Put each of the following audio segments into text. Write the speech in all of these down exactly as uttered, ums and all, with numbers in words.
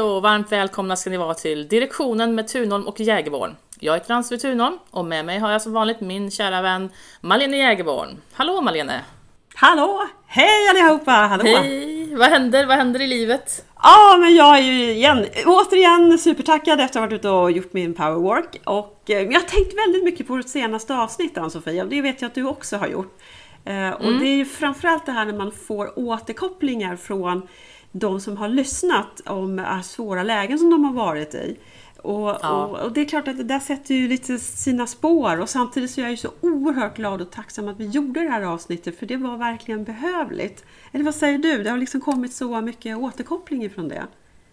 och varmt välkomna ska ni vara till direktionen med Thunholm och Jägerborn. Jag heter Ansvi Thunholm och med mig har jag som vanligt min kära vän Malene Jägerborn. Hallå Malene! Hallå! Hej allihopa! Hallå! Hej! Vad händer? Vad händer i livet? Ja, men jag är ju igen, återigen supertackad efter att ha varit ute och gjort min powerwork. Och jag har tänkt väldigt mycket på det senaste avsnittet, Ann-Sofia. Det vet jag att du också har gjort. Mm. Och det är ju framförallt det här när man får återkopplingar från de som har lyssnat om svåra lägen som de har varit i. Och, ja. och, och det är klart att det där sätter ju lite sina spår. Och samtidigt så är jag ju så oerhört glad och tacksam att vi gjorde det här avsnittet. För det var verkligen behövligt. Eller vad säger du? Det har liksom kommit så mycket återkoppling ifrån det.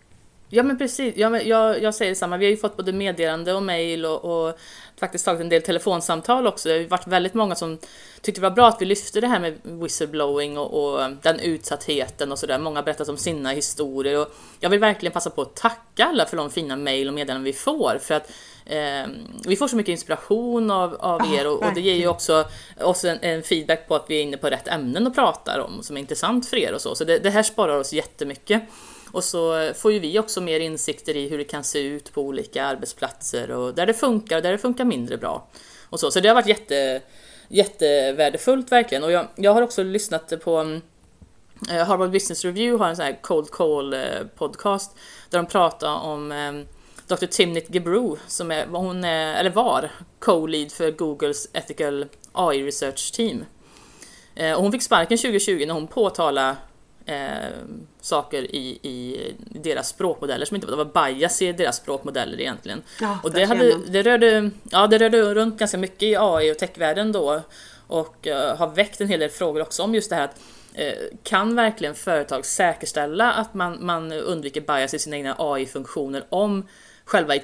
Ja men precis, jag, jag, jag säger detsamma. Vi har ju fått både meddelande och mejl och, och faktiskt tagit en del telefonsamtal också. Det har varit väldigt många som tyckte det var bra att vi lyfte det här med whistleblowing och, och den utsattheten och sådär. Många har berättat om sina historier och jag vill verkligen passa på att tacka alla för de fina mejl och meddelanden vi får. För att eh, vi får så mycket inspiration av, av oh, er och, och det ger ju också oss en, en feedback på att vi är inne på rätt ämnen och pratar om som är intressant för er och så. Så det, det här sparar oss jättemycket. Och så får ju vi också mer insikter i hur det kan se ut på olika arbetsplatser och där det funkar och där det funkar mindre bra. Och så, så det har varit jätte, jättevärdefullt verkligen. Och jag, jag har också lyssnat på um, Harvard Business Review har en sån här Cold Call uh, podcast där de pratar om um, doktor Timnit Gebru som är, hon är, eller var co-lead för Googles Ethical A I Research Team. Uh, och hon fick sparken tjugo tjugo när hon påtalade Eh, saker i, i deras språkmodeller som inte var, det var bias i deras språkmodeller egentligen. Ja, och det, hade, det, rörde, ja, det rörde runt ganska mycket i A I och techvärlden då och eh, har väckt en hel del frågor också om just det här att eh, kan verkligen företag säkerställa att man, man undviker bias i sina egna A I-funktioner om själva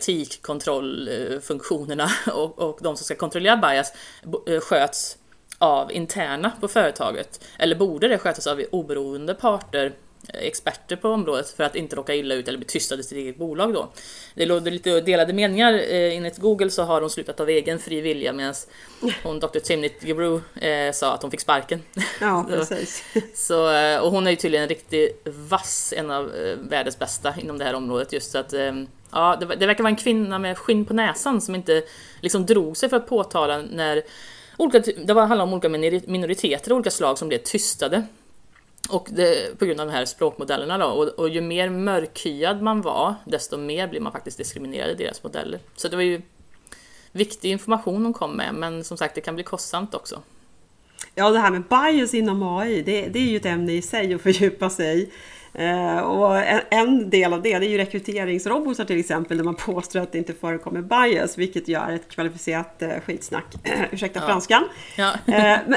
etikkontrollfunktionerna och, och de som ska kontrollera bias sköts av interna på företaget, eller borde det skötas av oberoende parter, experter på området för att inte råka illa ut eller bli tystade i sitt eget bolag då. Det låter lite delade meningar. Enligt Google så har hon slutat av egen fri vilja medan hon, doktor Timnit Gebru, eh, sa att hon fick sparken. Ja, precis. så, och hon är ju tydligen en riktigt vass, en av världens bästa inom det här området just så att ja, det, det verkar vara en kvinna med skinn på näsan som inte liksom drog sig för att påtala när olika, det var handlar om olika minoriteter, olika slag som blev tystade. Och det, på grund av de här språkmodellerna då. Och, och ju mer mörkhyad man var, desto mer blir man faktiskt diskriminerad i deras modeller. Så det var ju viktig information de kom med, men som sagt det kan bli kostsamt också. Ja, det här med bias inom A I, det, det är ju ett ämne i sig att fördjupa sig i. Uh, och en, en del av det, det är ju rekryteringsrobotar till exempel där man påstår att det inte förekommer bias, vilket gör ett kvalificerat uh, skitsnack. Ursäkta ja. franskan. Ja. uh, men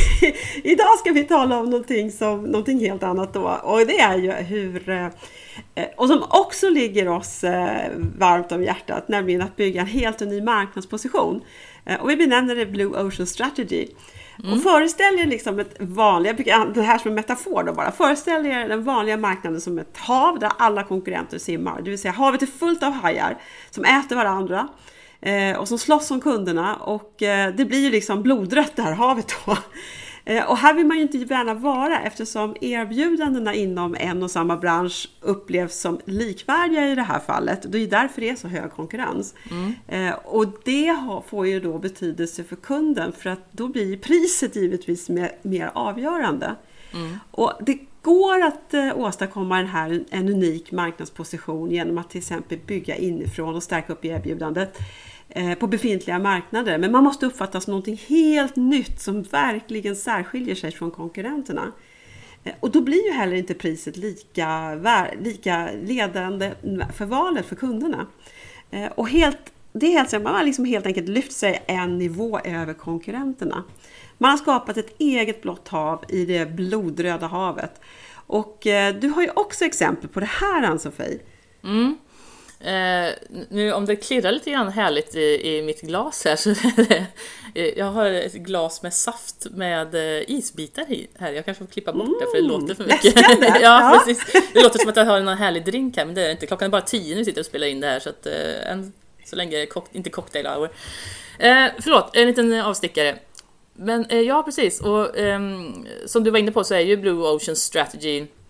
idag ska vi tala om någonting, som, någonting helt annat då, och det är ju hur uh, och som också ligger oss uh, varmt om hjärtat, nämligen att bygga en helt ny marknadsposition. Uh, och vi benämner det Blue Ocean Strategy. Mm. Och föreställ er liksom ett vanligt, det här som en metafor då bara, föreställ er den vanliga marknaden som ett hav där alla konkurrenter simmar. Det vill säga havet är fullt av hajar som äter varandra eh, och som slåss om kunderna och eh, det blir ju liksom blodrött det här havet då. Eh, och här vill man ju inte gärna vara eftersom erbjudandena inom en och samma bransch upplevs som likvärdiga i det här fallet. Det är därför det är så hög konkurrens. Mm. Eh, och det har, får ju då betydelse för kunden för att då blir priset givetvis mer, mer avgörande. Mm. Och det går att eh, åstadkomma den här, en unik marknadsposition genom att till exempel bygga inifrån och stärka upp erbjudandet på befintliga marknader. Men man måste uppfattas som någonting helt nytt som verkligen särskiljer sig från konkurrenterna. Och då blir ju heller inte priset lika, lika ledande för valet för kunderna. Och helt, det är helt så att man har liksom helt enkelt lyft sig en nivå över konkurrenterna. Man har skapat ett eget blått hav i det blodröda havet. Och du har ju också exempel på det här, Ann-Sofie. Mm. Eh, nu om det klirrar lite grann härligt i, i mitt glas här så det, jag har ett glas med saft med eh, isbitar i, här. Jag kanske får klippa bort mm, det för det låter för mycket. ja, ja, precis. Det låter som att jag har en härlig drink här men det är inte. Klockan är bara tio nu sitter och spelar in det här så att eh, en, så länge är det kok- inte cocktail hour. Eh, förlåt, en liten avstickare. Men eh, ja, precis. Och eh, som du var inne på så är ju Blue Ocean Strategy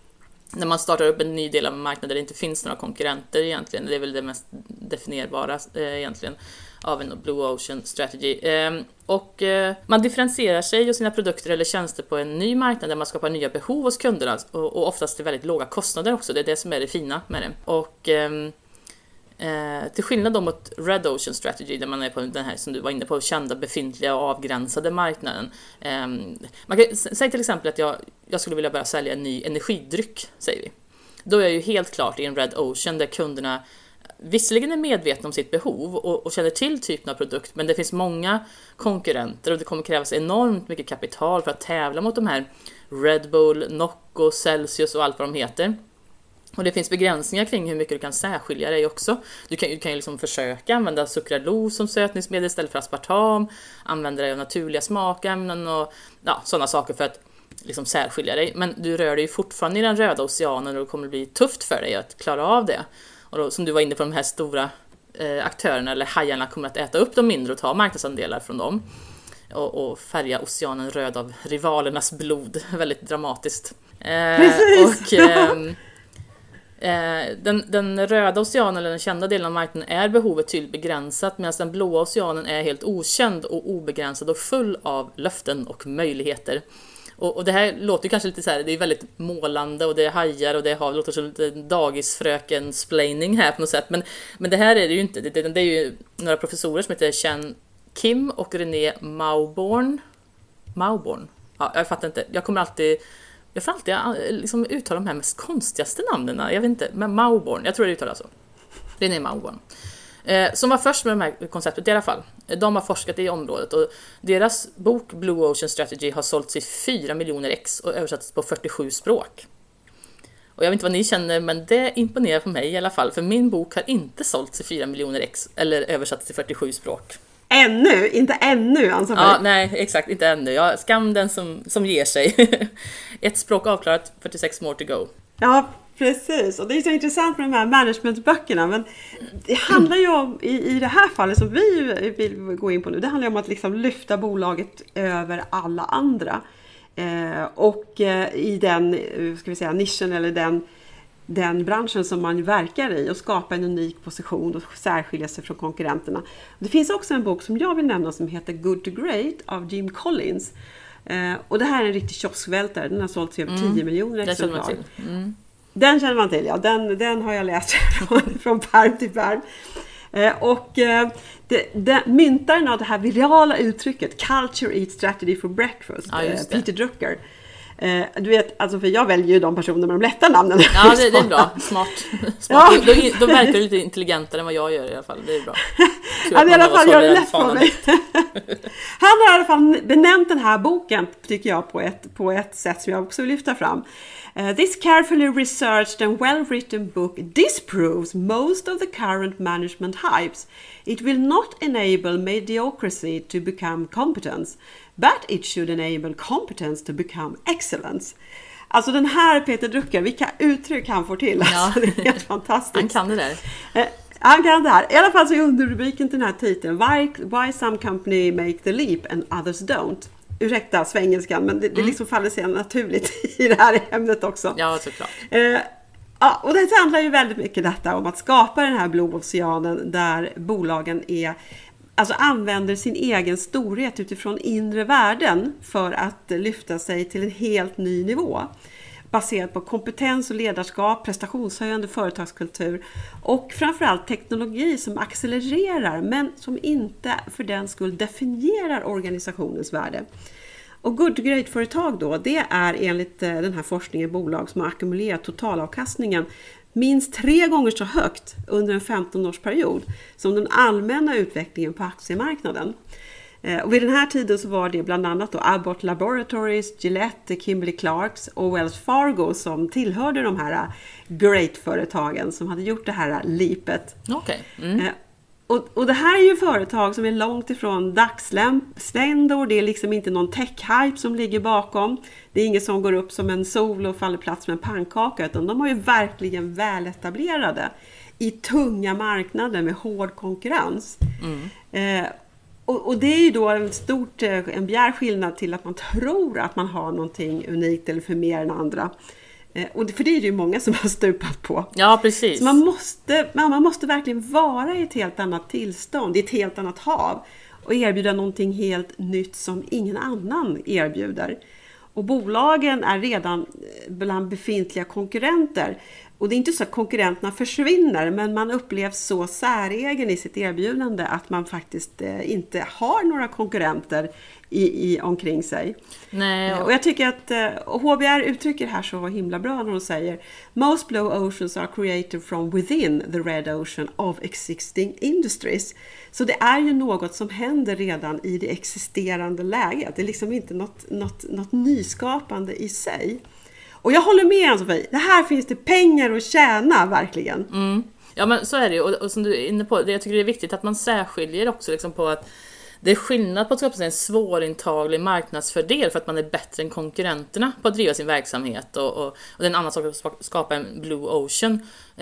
när man startar upp en ny del av en marknad där det inte finns några konkurrenter egentligen. Det är väl det mest definierbara eh, egentligen av en Blue Ocean Strategy. Eh, och eh, man differentierar sig och sina produkter eller tjänster på en ny marknad där man skapar nya behov hos kunderna och, och oftast till väldigt låga kostnader också. Det är det som är det fina med det. Och eh, Eh, till skillnad då mot Red Ocean Strategy där man är på den här som du var inne på, kända, befintliga och avgränsade marknaden. Eh, man kan säga till exempel att jag, jag skulle vilja börja sälja en ny energidryck, säger vi. Då är jag ju helt klart i en Red Ocean där kunderna visserligen är medvetna om sitt behov och, och känner till typen av produkt, men det finns många konkurrenter och det kommer krävas enormt mycket kapital för att tävla mot de här Red Bull, Nocco, Celsius och allt vad de heter. Och det finns begränsningar kring hur mycket du kan särskilja dig också. Du kan, du kan ju liksom försöka använda sukralos som sötningsmedel istället för aspartam. Använda dig av naturliga smakämnen och ja, sådana saker för att liksom särskilja dig. Men du rör dig fortfarande i den röda oceanen och det kommer bli tufft för dig att klara av det. Och då, som du var inne på, de här stora eh, aktörerna eller hajarna kommer att äta upp de mindre och ta marknadsandelar från dem. Och, och färga oceanen röd av rivalernas blod. Väldigt dramatiskt. Eh, Precis! Och... Eh, Den, den röda oceanen eller den kända delen av marknaden är behovet tydligt begränsat medan den blåa oceanen är helt okänd och obegränsad och full av löften och möjligheter. Och, och det här låter ju kanske lite så här, det är väldigt målande och det är hajar och det, har, det låter som lite dagisfröken-splaining här på något sätt. Men, men det här är det ju inte. Det, det, det är ju några professorer som heter Chen Kim och René Mauborn. Mauborn? Ja, jag fattar inte. Jag kommer alltid... Jag får alltid liksom uttala de här mest konstigaste namnen. Jag vet inte, men Mauborn, jag tror det uttalas så. René Mauborn. Eh, som var först med det här konceptet i alla fall. De har forskat i området och deras bok Blue Ocean Strategy har sålts i fyra miljoner ex och översatts på fyrtiosju språk. Och jag vet inte vad ni känner, men det imponerar på mig i alla fall. För min bok har inte sålts i fyra miljoner ex eller översatts till fyrtiosju språk. Ännu, inte ännu alltså. Ja, nej, exakt, inte ännu. Ja, skam den som, som ger sig. Ett språk avklarat, fyrtiosex more to go. Ja, precis. Och det är så intressant med de här managementböckerna. Men det handlar ju om, i, i det här fallet som vi vill gå in på nu, det handlar ju om att liksom lyfta bolaget över alla andra. Eh, och eh, i den, ska vi säga, nischen eller den den branschen som man verkar i och skapa en unik position och särskilja sig från konkurrenterna. Det finns också en bok som jag vill nämna som heter Good to Great av Jim Collins. Eh, och det här är en riktig kioskvältare. Den har sålt över mm. tio miljoner exemplar. Den känner man till. Mm. Den känner man till, ja. Den, den har jag läst från, från pärm till pärm. Eh, och eh, det, det, myntaren av det här virala uttrycket Culture Eat Strategy for Breakfast, ja, eh, Peter Drucker. Eh, du vet, alltså för jag väljer ju de personer med de lätta namnen. Ja, det, det är bra. Smart. Smart. Ja. Då, då, då verkar du lite intelligentare än vad jag gör i alla fall. Det är bra. Han i alla fall gör det lätt för mig. Han har i alla fall benämnt den här boken, tycker jag, på ett, på ett sätt som jag också vill lyfta fram. Uh, this carefully researched and well-written book disproves most of the current management hypes. It will not enable mediocrity to become competence, but it should enable competence to become excellence. Alltså den här Peter Drucker, vilka uttryck han får till. Ja. Alltså, det är helt fantastiskt. Han kan det där. Uh, han kan det här. I alla fall så är underrubriken till den här titeln Why, why some company make the leap and others don't. Ursäkta svengelskan, men det, mm. det liksom faller sig naturligt i det här ämnet också. Ja, såklart. Eh, ja, och det handlar ju väldigt mycket detta om att skapa den här Blue Oceanen där bolagen är, alltså använder sin egen storhet utifrån inre värden för att lyfta sig till en helt ny nivå. Baserat på kompetens och ledarskap, prestationshöjande företagskultur och framförallt teknologi som accelererar men som inte för den skull definierar organisationens värde. Och Good to Great-företag då, det är enligt den här forskningen bolag som har ackumulerat totalavkastningen minst tre gånger så högt under en femton-årsperiod som den allmänna utvecklingen på aktiemarknaden. Och vid den här tiden så var det bland annat då Abbott Laboratories, Gillette, Kimberly-Clarks och Wells Fargo som tillhörde de här great-företagen som hade gjort det här leapet. Okay. Mm. Och, och det här är ju företag som är långt ifrån dagsländor. Det är liksom inte någon tech-hype som ligger bakom. Det är inget som går upp som en sol och faller plats med en pannkaka. Utan de är ju verkligen väletablerade i tunga marknader med hård konkurrens. Mm. Eh, Och, och det är ju då en stort, en bjär skillnad till att man tror att man har någonting unikt eller för mer än andra. Och för det är det ju många som har stupat på. Ja, precis. Så man måste, man måste verkligen vara i ett helt annat tillstånd, i ett helt annat hav. Och erbjuda någonting helt nytt som ingen annan erbjuder. Och bolagen är redan bland befintliga konkurrenter. Och det är inte så att konkurrenterna försvinner, men man upplevs så säregen i sitt erbjudande att man faktiskt inte har några konkurrenter i, i omkring sig. Nej, och... och jag tycker att och H B R uttrycker här så himla bra när de säger Most blue oceans are created from within the red ocean of existing industries. Så det är ju något som händer redan i det existerande läget. Det är liksom inte något, något, något nyskapande i sig. Och jag håller med Ann-Sofie, det här finns det pengar att tjäna verkligen. Mm. Ja, men så är det ju, och, och som du är inne på, det, jag tycker det är viktigt att man särskiljer också liksom på att det är skillnad på att skapa sig en svårintaglig marknadsfördel för att man är bättre än konkurrenterna på att driva sin verksamhet och, och, och det är en annan sak att skapa en blue ocean.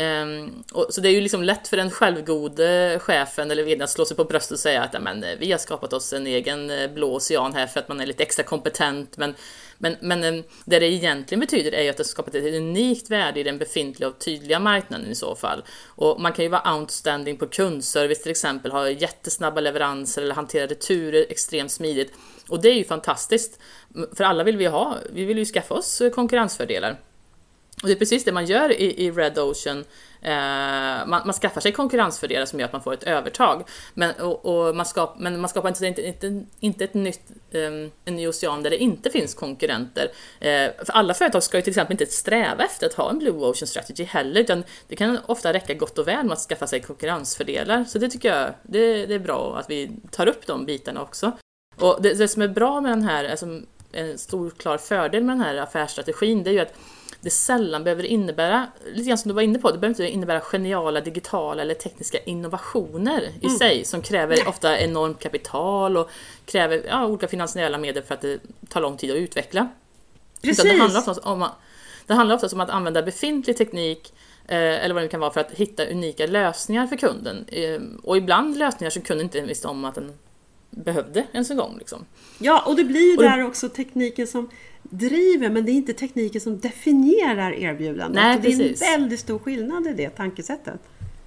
Um, och, så det är ju liksom lätt för den självgode chefen eller vdn att slå sig på bröstet och säga att men, vi har skapat oss en egen blå ocean här för att man är lite extra kompetent, men Men, men det det egentligen betyder är ju att det skapat ett unikt värde i den befintliga och tydliga marknaden i så fall. Och man kan ju vara outstanding på kundservice till exempel, ha jättesnabba leveranser eller hantera returer extremt smidigt. Och det är ju fantastiskt, för alla vill vi ha, vi vill ju skaffa oss konkurrensfördelar. Och det är precis det man gör i, i Red Ocean. Eh, man, man skaffar sig konkurrensfördelar som gör att man får ett övertag. Men, och, och man, skap, men man skapar inte, inte, inte, inte ett nytt, um, en ny ocean där det inte finns konkurrenter. Eh, för alla företag ska ju till exempel inte sträva efter att ha en Blue Ocean Strategy heller. Utan det kan ofta räcka gott och väl med att skaffa sig konkurrensfördelar. Så det tycker jag det, det är bra att vi tar upp de bitarna också. Och det, det som är bra med den här, alltså en stor klar fördel med den här affärsstrategin, det är ju att det sällan behöver innebära, lite grann som du var inne på, det behöver inte innebära geniala digitala eller tekniska innovationer i mm. sig som kräver ofta enormt kapital och kräver ja, olika finansiella medel för att det tar lång tid att utveckla. Precis. Det handlar ofta om att, det handlar ofta om att använda befintlig teknik eh, eller vad det kan vara för att hitta unika lösningar för kunden. Eh, och ibland lösningar som kunden inte visste om att den behövde ens en gång. Liksom. Ja, och det blir ju och där också tekniken som driver, men det är inte tekniken som definierar erbjudandet. Nej, det är en väldigt stor skillnad i det tankesättet.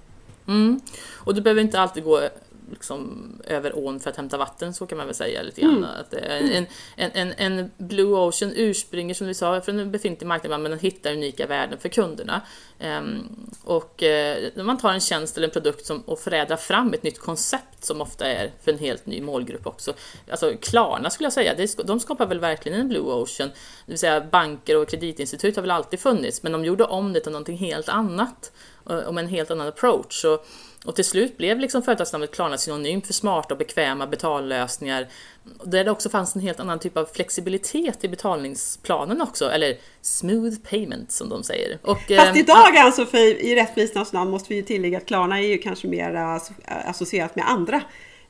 Mm. Och du behöver inte alltid gå liksom över ån för att hämta vatten, så kan man väl säga lite grann. Mm. Att en, en, en, en Blue Ocean urspringer, som vi sa, från en befintlig marknad, men den hittar unika värden för kunderna. Um, och uh, man tar en tjänst eller en produkt som, och förädlar fram ett nytt koncept som ofta är för en helt ny målgrupp också. Alltså Klarna skulle jag säga, det, de skapar väl verkligen en Blue Ocean. Det vill säga banker och kreditinstitut har väl alltid funnits, men de gjorde om det till någonting helt annat och med en helt annan approach. Så och till slut blev liksom företagsnamnet Klarna synonym för smarta och bekväma betallösningar. Där det också fanns en helt annan typ av flexibilitet i betalningsplanen också. Eller smooth payment som de säger. Och, Fast eh, idag alltså för i rättvisans namn måste vi ju tillägga att Klarna är ju kanske mer associerat med andra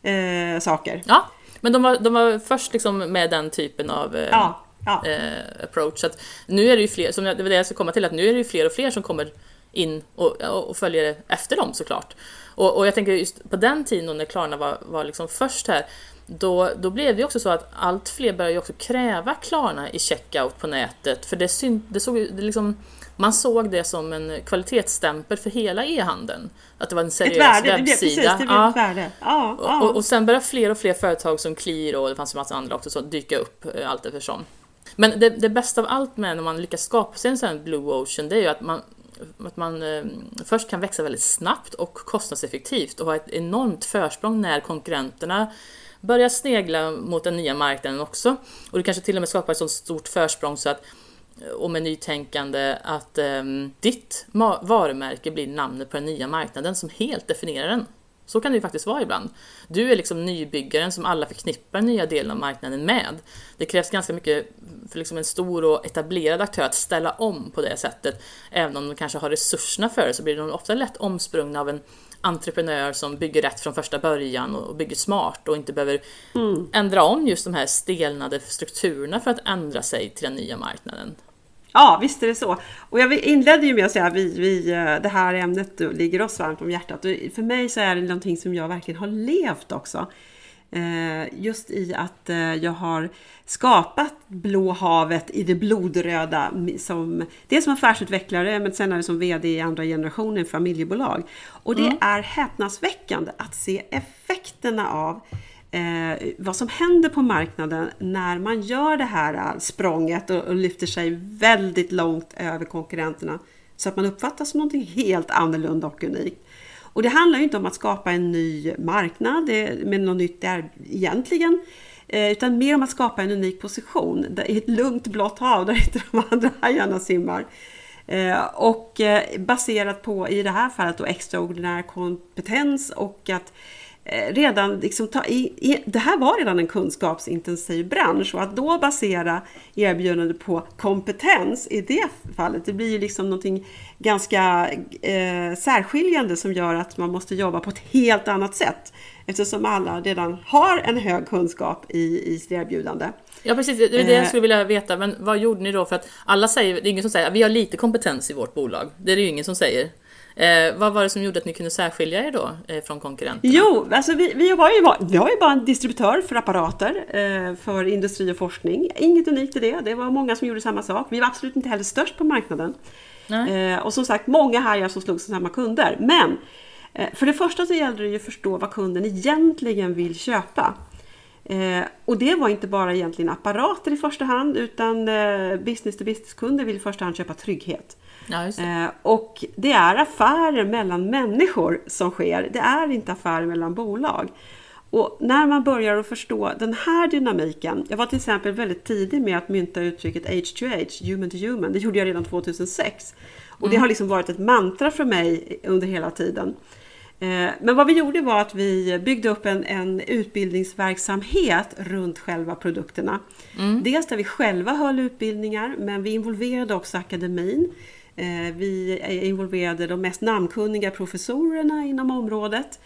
eh, saker. Ja, men de var, de var först liksom med den typen av eh, ja, ja. Eh, approach. Så att nu är det ju fler, som det var det jag ska komma till, att nu är det ju fler och fler som kommer in och, och följer efter dem såklart. Och, och jag tänker just på den tiden när Klarna var, var liksom först här, då, då blev det också så att allt fler började ju också kräva Klarna i checkout på nätet. För det, syn, det såg det liksom, man såg det som en kvalitetsstämpel för hela e-handeln. Att det var en seriös värde, webbsida. Det, precis, det blev ja. ett värde. Ja, ja. Och, och sen började fler och fler företag som Clear och det fanns en massa andra också så dyka upp allt eftersom. Men det, det bästa av allt med när man lyckas skapa sig en sån här Blue Ocean, det är ju att man att man eh, först kan växa väldigt snabbt och kostnadseffektivt och ha ett enormt försprång när konkurrenterna börjar snegla mot den nya marknaden också. Och det kanske till och med skapar ett sånt stort försprång så att, och med nytänkande att eh, ditt ma- varumärke blir namnet på den nya marknaden som helt definierar den. Så kan det ju faktiskt vara ibland. Du är liksom nybyggaren som alla förknippar nya delen av marknaden med. Det krävs ganska mycket för liksom en stor och etablerad aktör att ställa om på det sättet. Även om de kanske har resurserna för det så blir de ofta lätt omsprungna av en entreprenör som bygger rätt från första början och bygger smart och inte behöver mm. ändra om just de här stelnade strukturerna för att ändra sig till den nya marknaden. Ja, visst är det så. Och jag inledde ju med att säga att vi, vi, det här ämnet ligger oss varmt om hjärtat. Och för mig så är det någonting som jag verkligen har levt också. Just i att jag har skapat Blå havet i det blodröda som, det är som affärsutvecklare men sen är det som vd i andra generationen familjebolag. Och det mm. är häpnadsväckande att se effekterna av eh, vad som händer på marknaden när man gör det här språnget och, och lyfter sig väldigt långt över konkurrenterna så att man uppfattas som någonting helt annorlunda och unikt. Och det handlar ju inte om att skapa en ny marknad med något nytt där egentligen, utan mer om att skapa en unik position i ett lugnt blått hav där inte de andra hajarna simmar. Och baserat på, i det här fallet, då, extraordinär kompetens och att redan liksom ta i, i, det här var redan en kunskapsintensiv bransch, och att då basera erbjudande på kompetens i det fallet, det blir ju liksom någonting ganska eh, särskiljande som gör att man måste jobba på ett helt annat sätt eftersom alla redan har en hög kunskap i, i sitt erbjudande. Ja precis, det är det jag skulle vilja veta, men vad gjorde ni då? För att alla säger, det är ingen som säger att vi har lite kompetens i vårt bolag, det är det ju ingen som säger. Eh, vad var det som gjorde att ni kunde särskilja er då eh, från konkurrenterna? Jo, alltså vi, vi, var ju, vi var ju bara en distributör för apparater eh, för industri och forskning. Inget unikt i det, det var många som gjorde samma sak. Vi var absolut inte heller störst på marknaden. Eh, och som sagt, många hajar som slog samma kunder. Men eh, för det första så gällde det ju att förstå vad kunden egentligen vill köpa. Eh, och det var inte bara egentligen apparater i första hand, utan eh, business-to-business-kunder vill i första hand köpa trygghet. Ja, just det. Eh, och det är affärer mellan människor som sker, det är inte affärer mellan bolag. Och när man börjar att förstå den här dynamiken, jag var till exempel väldigt tidig med att mynta uttrycket H to H, human to human, det gjorde jag redan tjugohundrasex. Och mm. det har liksom varit ett mantra för mig under hela tiden. Men vad vi gjorde var att vi byggde upp en, en utbildningsverksamhet runt själva produkterna. Mm. Dels där vi själva höll utbildningar, men vi involverade också akademin. Vi involverade de mest namnkunniga professorerna inom området.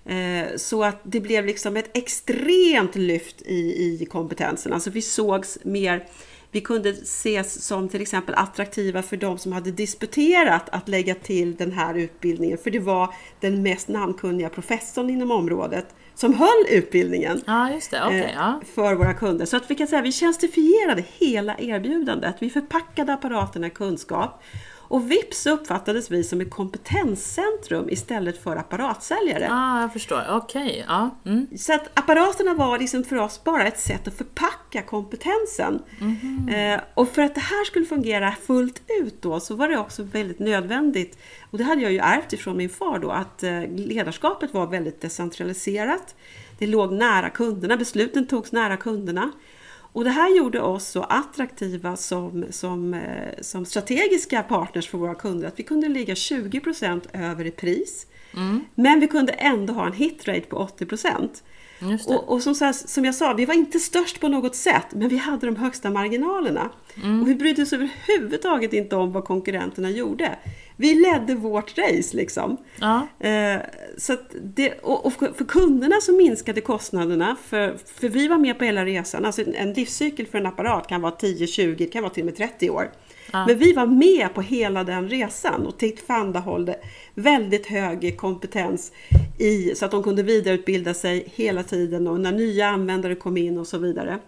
Så att det blev liksom ett extremt lyft i, i kompetensen. Alltså vi sågs mer... Vi kunde ses som till exempel attraktiva för de som hade disputerat att lägga till den här utbildningen. För det var den mest namnkunniga professorn inom området som höll utbildningen. Ja, just det. Okay, ja. För våra kunder. Så att vi kan säga att vi tjänstifierade hela erbjudandet. Vi förpackade apparaterna i kunskap. Och vips uppfattades vi som ett kompetenscentrum istället för apparatsäljare. Ja, ah, jag förstår. Okej. Okay. Ja. Mm. Så att apparaterna var liksom för oss bara ett sätt att förpacka kompetensen. Mm-hmm. Eh, och för att det här skulle fungera fullt ut då, så var det också väldigt nödvändigt. Och det hade jag ju ärvt ifrån min far då, att eh, ledarskapet var väldigt decentraliserat. Det låg nära kunderna, besluten togs nära kunderna. Och det här gjorde oss så attraktiva som, som, som strategiska partners för våra kunder, att vi kunde ligga tjugo procent över i pris. Mm. Men vi kunde ändå ha en hitrate på åttio procent. Och, och som, som jag sa, vi var inte störst på något sätt, men vi hade de högsta marginalerna. Mm. Och vi brydde oss överhuvudtaget inte om vad konkurrenterna gjorde. Vi ledde vårt race liksom. Ja. Eh, så att det, och, och för kunderna så minskade kostnaderna, för, för vi var med på hela resan. Alltså en livscykel för en apparat kan vara tio, tjugo, kan vara till och med trettio år. Ja. Men vi var med på hela den resan och tillhandahållde väldigt hög kompetens i, så att de kunde vidareutbilda sig hela tiden och när nya användare kom in och så vidare.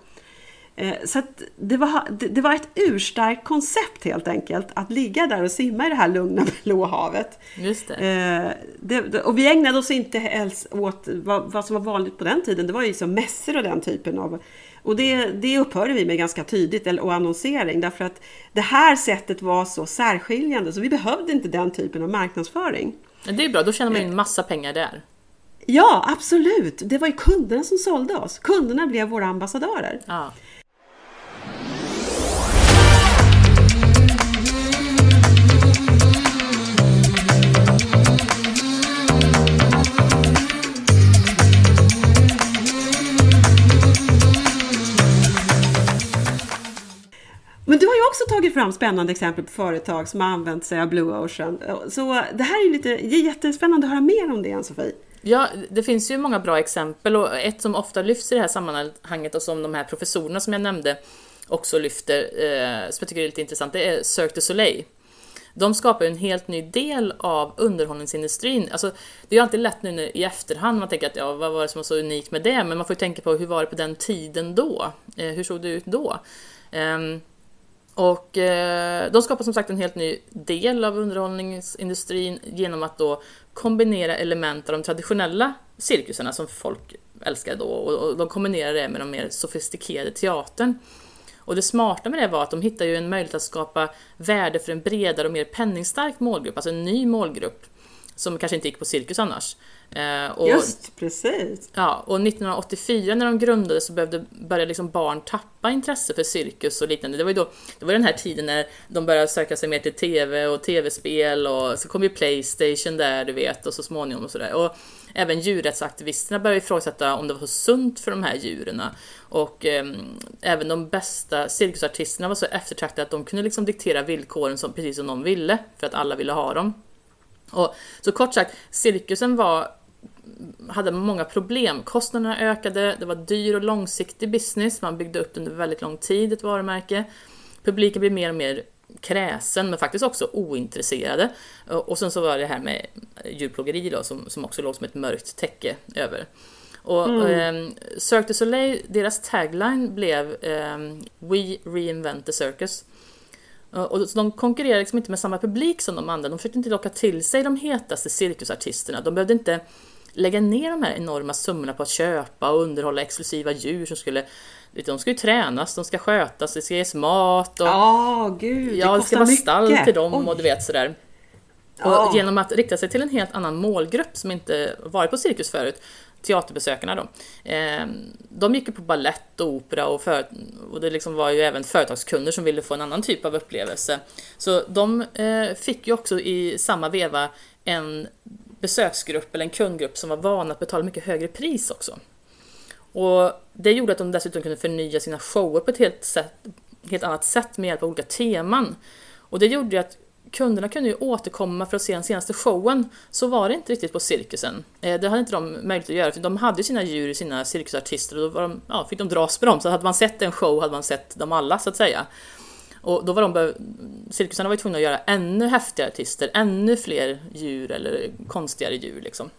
Så att det, var, det var ett urstarkt koncept helt enkelt att ligga där och simma i det här lugna blå havet. Just det. Det, och vi ägnade oss inte ens åt vad, vad som var vanligt på den tiden. Det var ju som mässor och den typen av... Och det, det upphörde vi med ganska tydligt, och annonsering, därför att det här sättet var så särskiljande så vi behövde inte den typen av marknadsföring. Det är bra, då tjänar man in massa pengar där. Ja, absolut. Det var ju kunderna som sålde oss. Kunderna blev våra ambassadörer. Ja. Men du har ju också tagit fram spännande exempel på företag som har använt sig av Blue Ocean. Så det här är ju lite, det är jättespännande att höra mer om det, Ann-Sofie. Ja, det finns ju många bra exempel, och ett som ofta lyfts i det här sammanhanget och som de här professorerna som jag nämnde också lyfter, eh, som jag tycker är lite intressant, det är Cirque du Soleil. de skapar en helt ny del av underhållningsindustrin. Alltså, det är ju alltid lätt nu i efterhand, man tänker att ja, vad var det som var så unikt med det? Men man får ju tänka på hur var det på den tiden då? Eh, hur såg det ut då? Um, och eh, de skapar som sagt en helt ny del av underhållningsindustrin genom att då kombinera element av de traditionella cirkusarna som folk älskar då, och, och de kombinerar det med de mer sofistikerade teatern. Och det smarta med det var att de hittade ju en möjlighet att skapa värde för en bredare och mer penningstark målgrupp, alltså en ny målgrupp som kanske inte gick på cirkus annars. Eh, och, Just, precis. Ja, och nittonhundraåttiofyra när de grundade så behövde, började liksom barn tappa intresse för cirkus och liknande. Det var ju då, det var den här tiden när de började söka sig mer till tv och tv-spel, och så kom ju PlayStation där, du vet, och så småningom och sådär. Och även djurrättsaktivisterna började ifrågasätta om det var så sunt för de här djuren. Och eh, även de bästa cirkusartisterna var så eftertraktade att de kunde liksom diktera villkoren som, precis som de ville, för att alla ville ha dem. Och, så kort sagt, cirkusen var, hade många problem. Kostnaderna ökade, det var dyr och långsiktig business. Man byggde upp under väldigt lång tid ett varumärke. Publiken blev mer och mer kräsen, men faktiskt också ointresserade. Och sen så var det här med djurplågeri då, som, som också låg som ett mörkt täcke över. Och mm. eh, Cirque du Soleil, deras tagline blev eh, We reinvent the circus. Och de konkurrerade liksom inte med samma publik som de andra. De försökte inte locka till sig de hetaste cirkusartisterna. De behövde inte lägga ner de här enorma summorna på att köpa och underhålla exklusiva djur som skulle... De ska ju tränas, de ska skötas, det ska ges mat och... Oh, gud, det ja, det ska vara mycket. Stall till dem. Oj. Och du vet sådär. Och oh. genom att rikta sig till en helt annan målgrupp som inte varit på cirkus förut, teaterbesökarna då. Eh, de gick ju på ballett och opera och, för, och det liksom var ju även företagskunder som ville få en annan typ av upplevelse. Så de eh, fick ju också i samma veva en besöksgrupp eller en kundgrupp som var vana att betala mycket högre pris också. Och det gjorde att de dessutom kunde förnya sina shower på ett helt, sätt, helt annat sätt med hjälp av olika teman. Och det gjorde ju att kunderna kunde ju återkomma för att se den senaste showen. Så var det inte riktigt på cirkusen. Det hade inte de möjlighet att göra, för de hade ju sina djur, sina cirkusartister, och då var de, ja, fick de dras med dem. Så hade man sett en show hade man sett dem alla, så att säga. Och då var de, cirkusarna var ju tvungna att göra ännu häftigare artister, ännu fler djur eller konstigare djur liksom.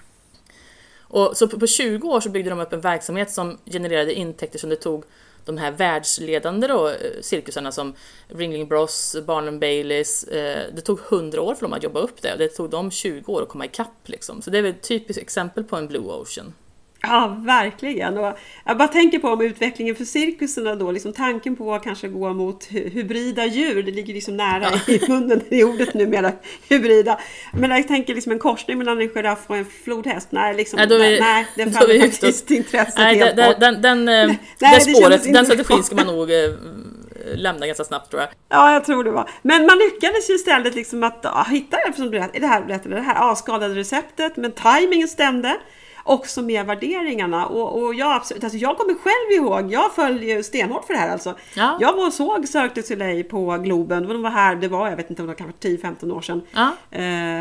Och så på tjugo år så byggde de upp en verksamhet som genererade intäkter som det tog de här världsledande då, cirkusarna som Ringling Bros, Barnum Baileys. Eh, det tog hundra år för dem att jobba upp det, och det tog dem tjugo år att komma ikapp liksom. Så det är väl ett typiskt exempel på en Blue Ocean. Ja, verkligen. Och jag bara tänker på om utvecklingen för cirkuserna då, liksom tanken på att kanske gå mot hybrida djur, det ligger liksom nära ja. i munnen i ordet numera, hybrida. Men jag tänker liksom en korsning mellan en giraff och en flodhäst, nej, liksom, nej, vi, nej det faller faktiskt intresset nej, helt den, bort. Den, den, nej, det det spåret, den strategin ska man nog eh, lämna ganska snabbt, tror jag. Ja, jag tror det var. Men man lyckades ju istället liksom att ja, hitta som det här, berättade, det här avskalade receptet, men timingen stämde. Också med värderingarna. Och, och jag, absolut, alltså jag kommer själv ihåg, jag följer stenhårt för det här alltså. Ja. Jag var och såg Cirque du Soleil på Globen. De var här, det var, jag vet inte om det var kanske tio femton år sedan. Ja. Eh,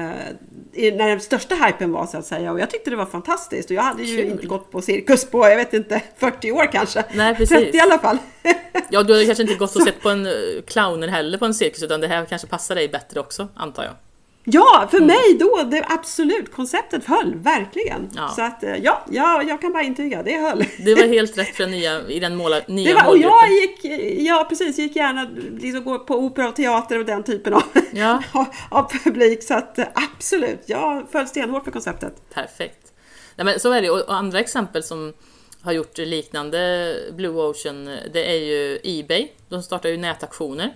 när den största hypen var, så att säga. Och jag tyckte det var fantastiskt. Och jag hade ju Kul. inte gått på cirkus på, jag vet inte, fyrtio år kanske. Nej, precis. trettio i alla fall. Ja, du har kanske inte gått och sett på en clowner heller på en cirkus, utan det här kanske passar dig bättre också, antar jag. Ja, för mm. mig då, det absolut, konceptet höll, verkligen. Ja. Så att, ja, ja, jag kan bara intyga, det höll. Det var helt rätt för den nya, i den måla, nya det var, målgruppen. Och jag gick, ja precis, gick gärna liksom gå på opera och teater och den typen av, ja. av publik. Så att absolut, jag föll stenhårt för konceptet. Perfekt. Nej, men så är det, och andra exempel som har gjort liknande Blue Ocean, det är ju eBay. De startar ju nätaktioner.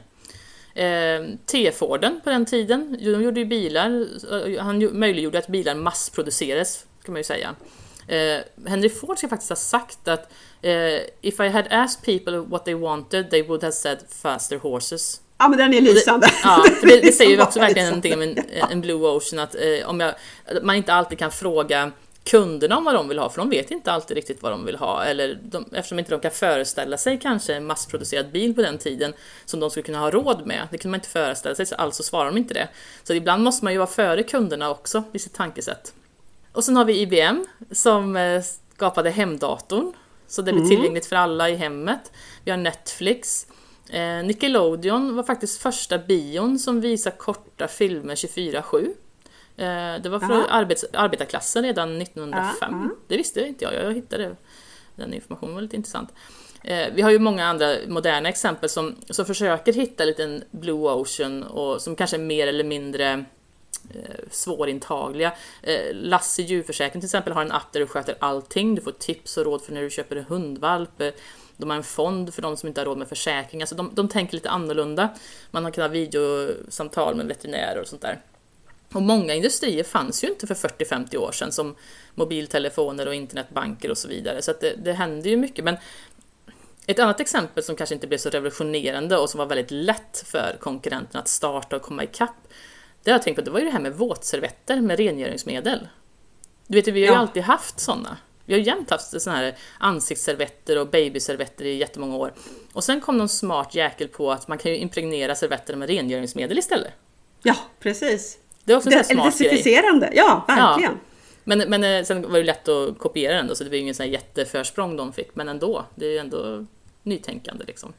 Eh, T-Forden på den tiden, de gjorde ju bilar, han möjliggjorde att bilar massproducerades, kan man ju säga. eh, Henry Ford ska faktiskt ha sagt att eh, if I had asked people what they wanted, they would have said faster horses. Ja, men den är lysande. Det, ja, för det, det säger ju också verkligen någonting om en, en Blue Ocean, att eh, om jag, man inte alltid kan fråga kunderna om vad de vill ha, för de vet inte alltid riktigt vad de vill ha, eller de, eftersom inte de kan föreställa sig kanske en massproducerad bil på den tiden som de skulle kunna ha råd med. Det kunde man inte föreställa sig, så alltså svarar de inte det. Så ibland måste man ju vara före kunderna också i sitt tankesätt. Och sen har vi I B M som eh, skapade hemdatorn, så det blir mm. tillgängligt för alla i hemmet. Vi har Netflix Eh, Nickelodeon var faktiskt första bion som visar korta filmer tjugofyra sju. Eh, det var för arbets- arbetarklassen redan nittonhundrafem. Aha. Det visste inte jag, jag hittade den informationen, var lite intressant. Eh, vi har ju många andra moderna exempel som, som försöker hitta en liten Blue Ocean och som kanske är mer eller mindre eh, svårintagliga. Eh, Lasse djurförsäkring till exempel har en app där du sköter allting. Du får tips och råd för när du köper en hundvalp. De har en fond för de som inte har råd med försäkring. Alltså de, de tänker lite annorlunda. Man har kunnat ha videosamtal med veterinärer och sånt där. Och många industrier fanns ju inte för fyrtio till femtio år sedan som mobiltelefoner och internetbanker och så vidare. Så att det, det händer ju mycket. Men ett annat exempel som kanske inte blev så revolutionerande och som var väldigt lätt för konkurrenterna att starta och komma ikapp. Det jag tänkt på, det var ju det här med våtservetter med rengöringsmedel. Du vet, vi har ju ja. alltid haft sådana. Vi har ju jämt haft såna här ansiktsservetter och babyservetter i jättemånga år. Och sen kom någon smart jäkel på att man kan ju impregnera servetter med rengöringsmedel istället. Ja, precis. Det är också en smart grej. Ja, verkligen. Ja. Men, men sen var det lätt att kopiera den då, så det var ju ingen sån här jätteförsprång de fick. Men ändå, det är ju ändå nytänkande liksom.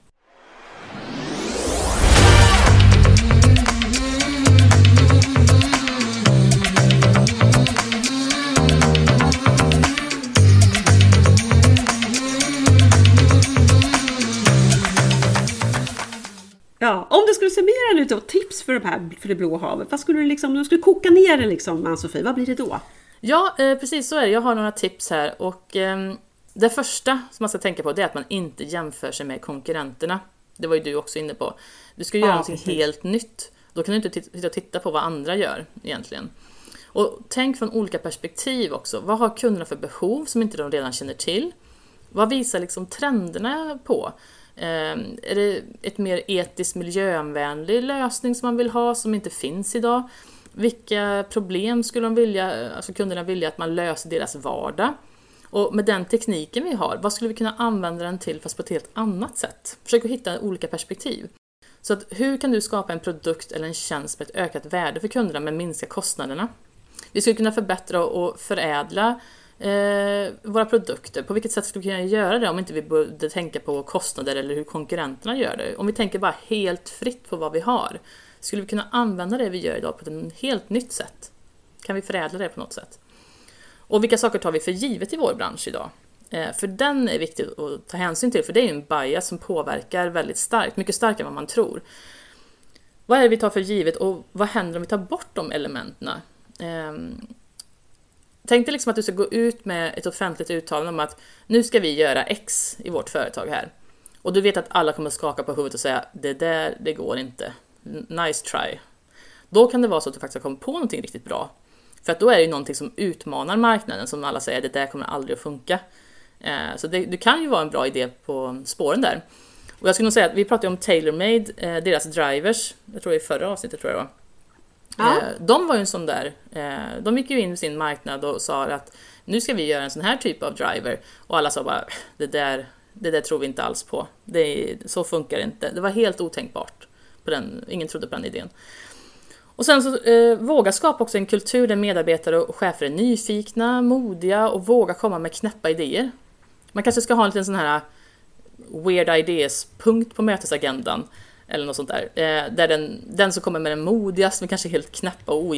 Ja, om du skulle summera lite och tips för, de här, för det blå havet, vad skulle du liksom, om du skulle koka ner det liksom, Ann-Sofie, vad blir det då? Ja, eh, precis så är det. Jag har några tips här och eh, det första som man ska tänka på det är att man inte jämför sig med konkurrenterna. Det var ju du också inne på. Du ska göra ja, någonting precis. helt nytt. Då kan du inte titta, titta på vad andra gör egentligen. Och tänk från olika perspektiv också. Vad har kunderna för behov som inte de redan känner till? Vad visar liksom trenderna på? Är det ett mer etiskt miljövänlig lösning som man vill ha som inte finns idag? Vilka problem skulle de vilja, alltså kunderna vilja att man löser deras vardag? Och med den tekniken vi har, vad skulle vi kunna använda den till fast på ett helt annat sätt? Försök att hitta olika perspektiv. Så att hur kan du skapa en produkt eller en tjänst med ett ökat värde för kunderna men minska kostnaderna? Vi skulle kunna förbättra och förädla Eh, våra produkter. På vilket sätt skulle vi kunna göra det om inte vi borde tänka på kostnader eller hur konkurrenterna gör det? Om vi tänker bara helt fritt på vad vi har, skulle vi kunna använda det vi gör idag på ett helt nytt sätt? Kan vi förädla det på något sätt? Och vilka saker tar vi för givet i vår bransch idag? Eh, för den är viktig att ta hänsyn till, för det är ju en bias som påverkar väldigt starkt, mycket starkare än vad man tror. Vad är det vi tar för givet och vad händer om vi tar bort de elementen? Eh, Tänk dig liksom att du ska gå ut med ett offentligt uttalande om att nu ska vi göra X i vårt företag här. Och du vet att alla kommer skaka på huvudet och säga det där, det går inte. Nice try. Då kan det vara så att du faktiskt har kommit på någonting riktigt bra. För att då är det ju någonting som utmanar marknaden som alla säger det där kommer aldrig att funka. Så det, det kan ju vara en bra idé på spåren där. Och jag skulle nog säga att vi pratade om TaylorMade, deras drivers. Jag tror det är i förra avsnittet tror jag det var. Ja. De var ju en sån där, de gick ju in i sin marknad och sa att nu ska vi göra en sån här typ av driver och alla sa bara, det där, det där tror vi inte alls på, det är, så funkar det inte, det var helt otänkbart på den, ingen trodde på den idén. Och sen så eh, våga skapa också en kultur där medarbetare och chefer är nyfikna, modiga och våga komma med knäppa idéer. Man kanske ska ha en liten sån här weird ideas-punkt på mötesagendan eller något sånt där. Eh, där den, den som kommer med den modigaste men kanske helt knäppa och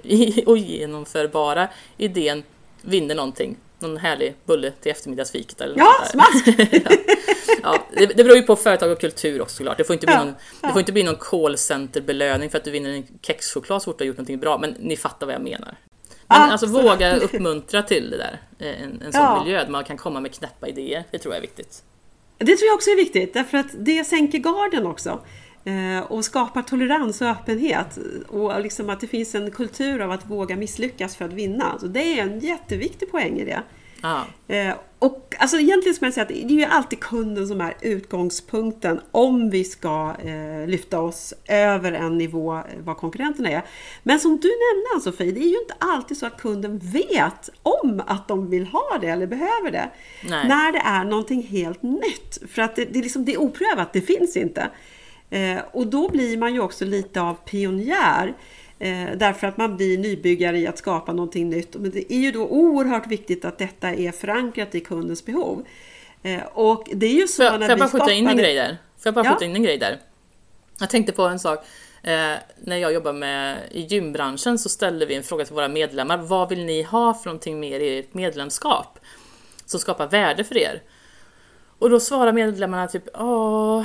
ogenomförbara idén vinner någonting. Någon härlig bulle till eftermiddagsfiket eller ja, smask! ja. Ja, det, det beror ju på företag och kultur också såklart. Det får inte bli, ja, någon, ja. Det får inte bli någon callcenter-belöning för att du vinner en kexchoklad så fort du har gjort någonting bra. Men ni fattar vad jag menar. Men ah, alltså våga uppmuntra till det där. En, en sån ja. miljö där man kan komma med knäppa idéer. Det tror jag är viktigt. Det tror jag också är viktigt, därför att det sänker garden också eh, och skapar tolerans och öppenhet och liksom att det finns en kultur av att våga misslyckas för att vinna. Så det är en jätteviktig poäng i det. Ah. Eh, och alltså egentligen ska man säga att det är ju alltid kunden som är utgångspunkten om vi ska eh, lyfta oss över en nivå vad konkurrenterna är. Men som du nämnde Ann-Sofie, det är ju inte alltid så att kunden vet om att de vill ha det eller behöver det. Nej. När det är någonting helt nytt. För att det, det, är, liksom, det är oprövat, det finns inte. Eh, och då blir man ju också lite av pionjär. Eh, därför att man blir nybyggare i att skapa någonting nytt. Men det är ju då oerhört viktigt att detta är förankrat i kundens behov. Eh, och det är ju så för, när för jag vi bara skjuta in en grej där? jag bara Ja. skjuta in en grej där? Jag tänkte på en sak. Eh, när jag jobbar med i gymbranschen så ställde vi en fråga till våra medlemmar. Vad vill ni ha för någonting mer i ert medlemskap som skapar värde för er? Och då svarar medlemmarna typ, åh,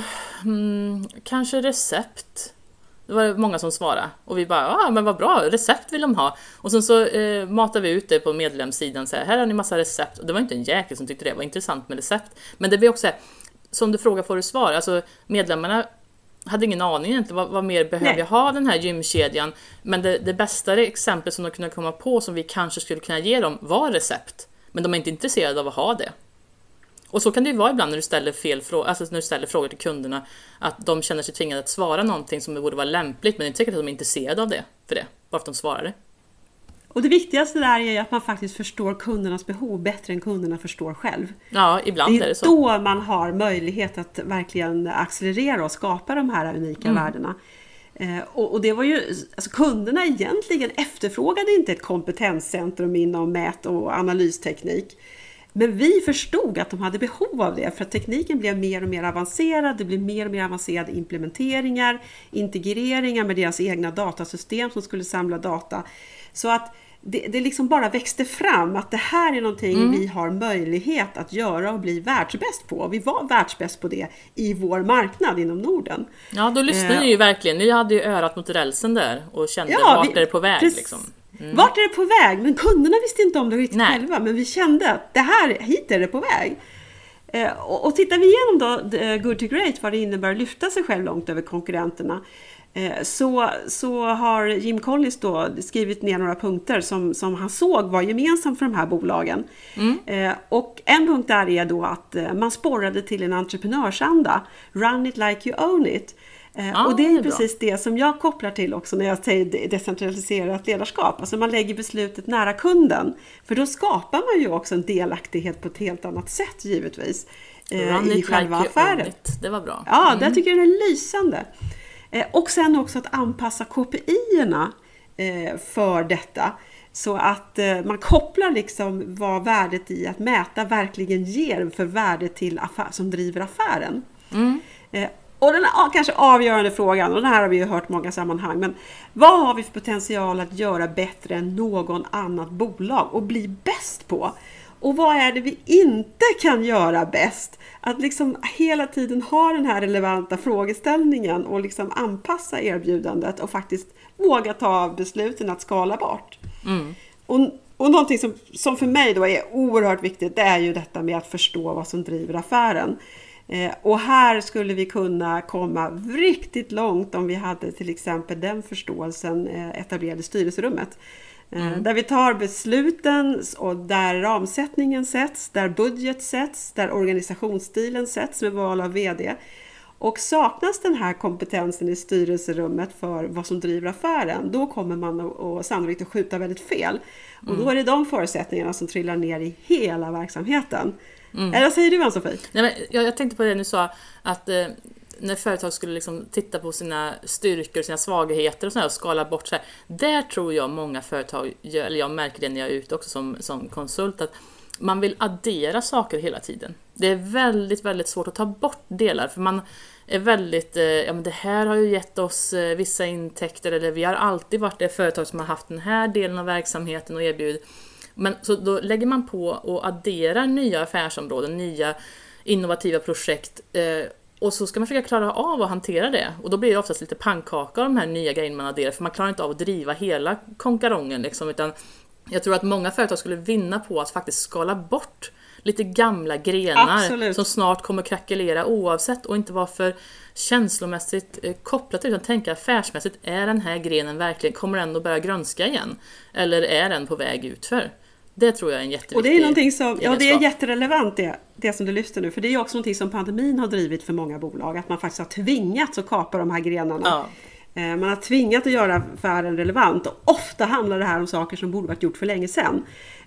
mm, kanske recept. Det var många som svarade. Och vi bara, ja men vad bra, recept vill de ha. Och sen så eh, matar vi ut det på medlemssidan. Så här, här har ni massa recept. Och det var inte en jäkel som tyckte det var intressant med recept. Men det blir också, som du frågar får du svar. Alltså medlemmarna hade ingen aning egentligen. Vad, vad mer behöver Nej. jag ha den här gymkedjan? Men det, det bästa exemplet som de kunde komma på som vi kanske skulle kunna ge dem var recept. Men de är inte intresserade av att ha det. Och så kan det ju vara ibland när du ställer fel frågor, alltså när du ställer frågor till kunderna, att de känner sig tvingade att svara någonting som borde vara lämpligt, men det är inte säkert att de är intresserade av det för det, bara att de svarar det. Och det viktigaste där är ju att man faktiskt förstår kundernas behov bättre än kunderna förstår själv. Ja, ibland Det är är det så. då man har möjlighet att verkligen accelerera och skapa de här unika Mm. värdena. Eh, och, och det var ju, alltså kunderna egentligen efterfrågade inte ett kompetenscentrum inom mät- och analysteknik. Men vi förstod att de hade behov av det för att tekniken blev mer och mer avancerad. Det blev mer och mer avancerade implementeringar, integreringar med deras egna datasystem som skulle samla data. Så att det, det liksom bara växte fram att det här är någonting Mm. vi har möjlighet att göra och bli världsbäst på. Vi var världsbäst på det i vår marknad inom Norden. Ja, då lyssnade Eh, ni ju verkligen. Ni hade ju örat mot rälsen där och kände Ja, vart vi- är det på väg precis. liksom. Mm. Vart är det på väg? Men kunderna visste inte om det riktigt Nej. själva. Men vi kände att det här, hit är det på väg. Eh, och, och tittar vi igenom då eh, Good to Great, vad det innebär att lyfta sig själv långt över konkurrenterna. Eh, så, så har Jim Collins då skrivit ner några punkter som, som han såg var gemensamt för de här bolagen. Mm. Eh, och en punkt där är då att eh, man sporrade till en entreprenörsanda. Run it like you own it. Eh, Ja, och det är det ju är bra. precis det som jag kopplar till också när jag säger de- decentraliserat ledarskap. Alltså man lägger beslutet nära kunden. För då skapar man ju också en delaktighet på ett helt annat sätt givetvis. eh, Run I it själva like you own affären. it. Det var bra. Ja, Mm. det tycker jag är lysande. Eh, och sen också att anpassa K P I-erna eh, för detta. Så att eh, man kopplar liksom vad värdet i att mäta verkligen ger för värde till affär, som driver affären. Mm. Eh, och den ja, kanske avgörande frågan, och den här har vi ju hört i många sammanhang, men vad har vi för potential att göra bättre än någon annat bolag och bli bäst på? Och vad är det vi inte kan göra bäst? Att liksom hela tiden ha den här relevanta frågeställningen och liksom anpassa erbjudandet och faktiskt våga ta besluten att skala bort. Mm. Och, och någonting som, som för mig då är oerhört viktigt, det är ju detta med att förstå vad som driver affären. Eh, och här skulle vi kunna komma riktigt långt om vi hade till exempel den förståelsen eh, etablerad i styrelserummet. Eh, Mm. Där vi tar besluten och där ramsättningen sätts, där budget sätts, där organisationsstilen sätts med val av vd. Och saknas den här kompetensen i styrelserummet för vad som driver affären, då kommer man att, att sannolikt att skjuta väldigt fel. Och då är det de förutsättningarna som trillar ner i hela verksamheten. Mm. Eller vad säger du, Ann-Sofie? Nej, men jag, jag tänkte på det du sa, att eh, när företag skulle liksom titta på sina styrkor och sina svagheter och, så här, och skala bort så här, där tror jag många företag gör, eller jag märker det när jag är ute också som, som konsult, att man vill addera saker hela tiden. Det är väldigt, väldigt svårt att ta bort delar, för man är väldigt, eh, ja men det här har ju gett oss eh, vissa intäkter, eller vi har alltid varit det företag som har haft den här delen av verksamheten och erbjud. Men så då lägger man på och adderar nya affärsområden, nya innovativa projekt, eh, och så ska man försöka klara av att hantera det. Och då blir det oftast lite pannkaka av de här nya grejerna man adderar, för man klarar inte av att driva hela konkarongen liksom, utan jag tror att många företag skulle vinna på att faktiskt skala bort lite gamla grenar. Absolut. Som snart kommer krackelera oavsett, och inte vara för känslomässigt eh, kopplat, utan tänka affärsmässigt, är den här grenen verkligen, kommer den att börja grönska igen? Eller är den på väg utför? Det tror jag är en jätteviktig Och det är någonting som, ja, det är egenskap. jätterelevant det, det som du lyfter nu. För det är också någonting som pandemin har drivit för många bolag. Att man faktiskt har tvingats att kapa de här grenarna. Ja. Eh, Man har tvingat att göra affären relevant. Och ofta handlar det här om saker som borde varit gjort för länge sedan.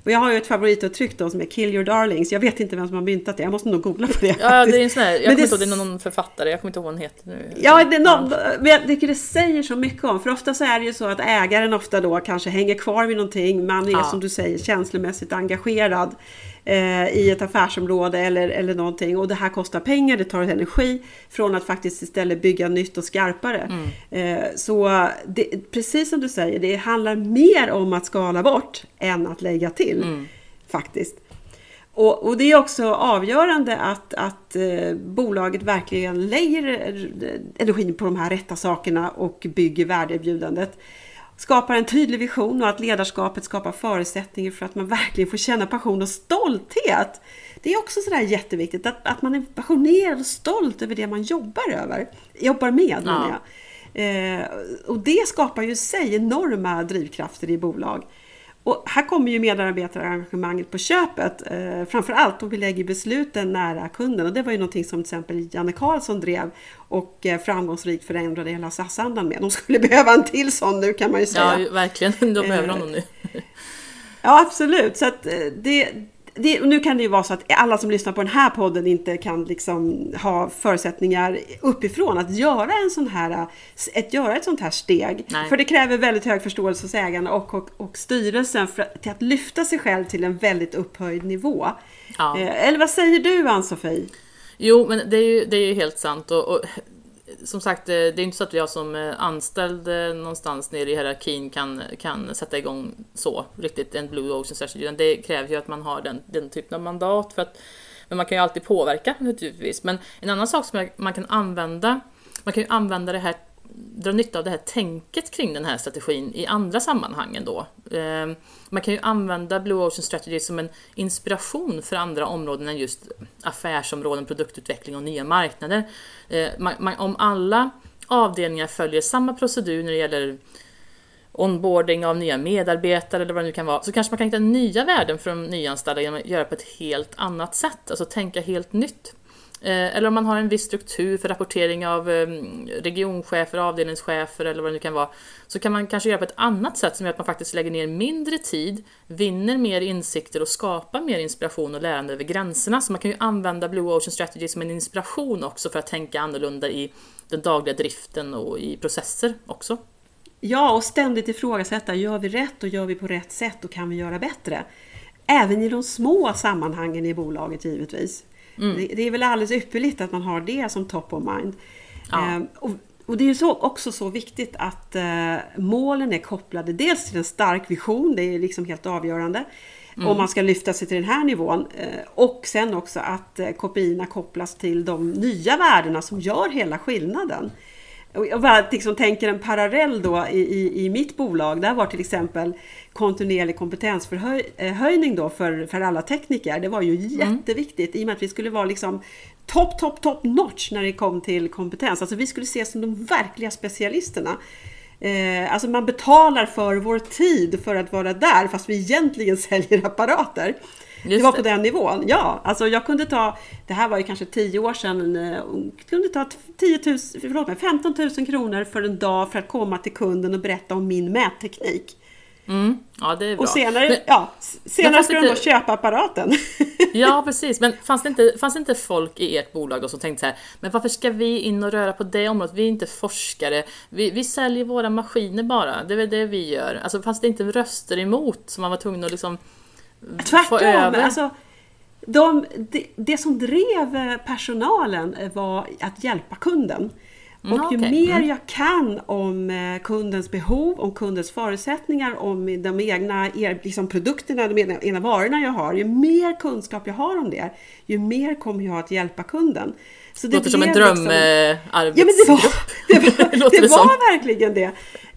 Och jag har ju ett favorituttryck då som är kill your darlings. Jag vet inte vem som har myntat det. Jag måste nog googla på det. Ja, faktiskt. det är en sån här, jag Men kommer det... inte ihåg, det är någon författare, jag kommer inte ihåg vad hon heter nu. Ja, det är någon, men jag tycker det säger så mycket om. För ofta så är det ju så att ägaren ofta då kanske hänger kvar vid någonting. Man är ja. som du säger känslomässigt engagerad eh, i ett affärsområde eller, eller någonting. Och det här kostar pengar, det tar energi från att faktiskt istället bygga nytt och skarpare. Mm. Eh, så det, precis som du säger, det handlar mer om att skala bort än att lägga till. Mm. Faktiskt. Och, och det är också avgörande att, att eh, bolaget verkligen lägger energin på de här rätta sakerna och bygger värdeerbjudandet. Skapar en tydlig vision och att ledarskapet skapar förutsättningar för att man verkligen får känna passion och stolthet. Det är också sådär jätteviktigt att, att man är passionerad och stolt över det man jobbar över. Jobbar med, ja. menar jag. Eh, och det skapar ju i sig enorma drivkrafter i bolag. Och här kommer ju medarbetarengagemanget på köpet, eh, framförallt om vi lägger besluten nära kunden. Och det var ju någonting som till exempel Janne Karlsson drev och eh, framgångsrikt förändrade hela S A S-andan med. De skulle behöva en till sån nu, kan man ju säga. Ja, verkligen. De behöver honom nu. Ja, absolut. Så att det... Det, nu kan det ju vara så att alla som lyssnar på den här podden inte kan liksom ha förutsättningar uppifrån att göra en sån här, ett, göra ett sånt här steg. Nej. För det kräver väldigt hög förståelse hos ägarna och, och, och styrelsen för att, till att lyfta sig själv till en väldigt upphöjd nivå. Ja. Eh, eller vad säger du, Ann-Sofie? Jo, men det är ju, det är ju helt sant. Och, och som sagt, det är inte så att jag som anställd någonstans nere i hierarkin kan, kan sätta igång så riktigt en Blue Ocean Strategy. Det kräver ju att man har den, den typen av mandat. För att, men man kan ju alltid påverka naturligtvis. Men en annan sak som man kan använda, man kan ju använda det här, dra nytta av det här tänket kring den här strategin i andra sammanhangen då. Man kan ju använda Blue Ocean Strategy som en inspiration för andra områden än just affärsområden, produktutveckling och nya marknader. Man, man, om alla avdelningar följer samma procedur när det gäller onboarding av nya medarbetare eller vad det nu kan vara, så kanske man kan hitta nya värden för de nyanställda genom att göra på ett helt annat sätt, alltså tänka helt nytt. Eller om man har en viss struktur för rapportering av regionchefer, avdelningschefer eller vad det nu kan vara, så kan man kanske göra på ett annat sätt som gör att man faktiskt lägger ner mindre tid, vinner mer insikter och skapar mer inspiration och lärande över gränserna. Så man kan ju använda Blue Ocean Strategy som en inspiration också för att tänka annorlunda i den dagliga driften och i processer också. Ja, och ständigt ifrågasätta, gör vi rätt och gör vi på rätt sätt och kan vi göra bättre? Även i de små sammanhangen i bolaget givetvis. Mm. Det, det är väl alldeles ypperligt att man har det som top of mind. Ja. Ehm, och, och det är ju så, också så viktigt att eh, målen är kopplade dels till en stark vision, det är liksom helt avgörande. Mm. Om man ska lyfta sig till den här nivån. Eh, och sen också att eh, K P I-erna kopplas till de nya värdena som gör hela skillnaden. Jag bara liksom tänker en parallell då i, i, i mitt bolag. Där var till exempel kontinuerlig kompetensförhöjning då för, för alla tekniker. Det var ju jätteviktigt mm. i och med att vi skulle vara liksom top, top, top notch när det kom till kompetens. Alltså vi skulle ses som de verkliga specialisterna. Eh, alltså man betalar för vår tid för att vara där fast vi egentligen säljer apparater. Just det var på det. Den nivån. Ja, alltså jag kunde ta, det här var ju kanske tio år sedan, kunde ta tio tusen, förlåt mig, femton tusen kronor för en dag för att komma till kunden och berätta om min mätteknik. Mm. Ja, det är bra. Och senare, men, ja, senare skulle inte... de då köpa apparaten. Ja, precis. Men fanns det, inte, fanns det inte folk i ert bolag då som tänkte så här, men varför ska vi in och röra på det området? Vi är inte forskare. Vi, vi säljer våra maskiner bara. Det är väl det vi gör. Alltså fanns det inte röster emot som man var tvungen att liksom tvärtom, alltså, de, det, det som drev personalen var att hjälpa kunden. Och mm, ju okay. mer mm. jag kan om kundens behov, om kundens förutsättningar, om de egna liksom produkterna, de egna, egna varorna jag har, ju mer kunskap jag har om det, ju mer kommer jag att hjälpa kunden. Så det låter som en dröm liksom, eh, ja, men det var, det var, det det var verkligen det.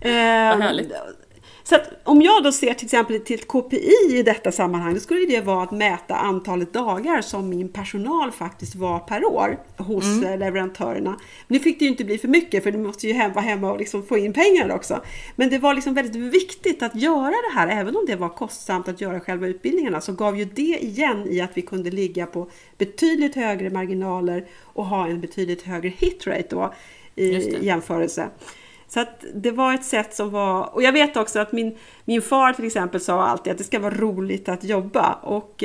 Vad härligt. Så att om jag då ser till exempel till ett K P I i detta sammanhang, då skulle det vara att mäta antalet dagar som min personal faktiskt var per år hos mm. leverantörerna. Men nu fick det ju inte bli för mycket, för du måste ju vara hemma och liksom få in pengar också. Men det var liksom väldigt viktigt att göra det här, även om det var kostsamt att göra själva utbildningarna, så gav ju det igen i att vi kunde ligga på betydligt högre marginaler och ha en betydligt högre hitrate då i jämförelse. Så att det var ett sätt som var... Och jag vet också att min, min far till exempel sa alltid att det ska vara roligt att jobba. Och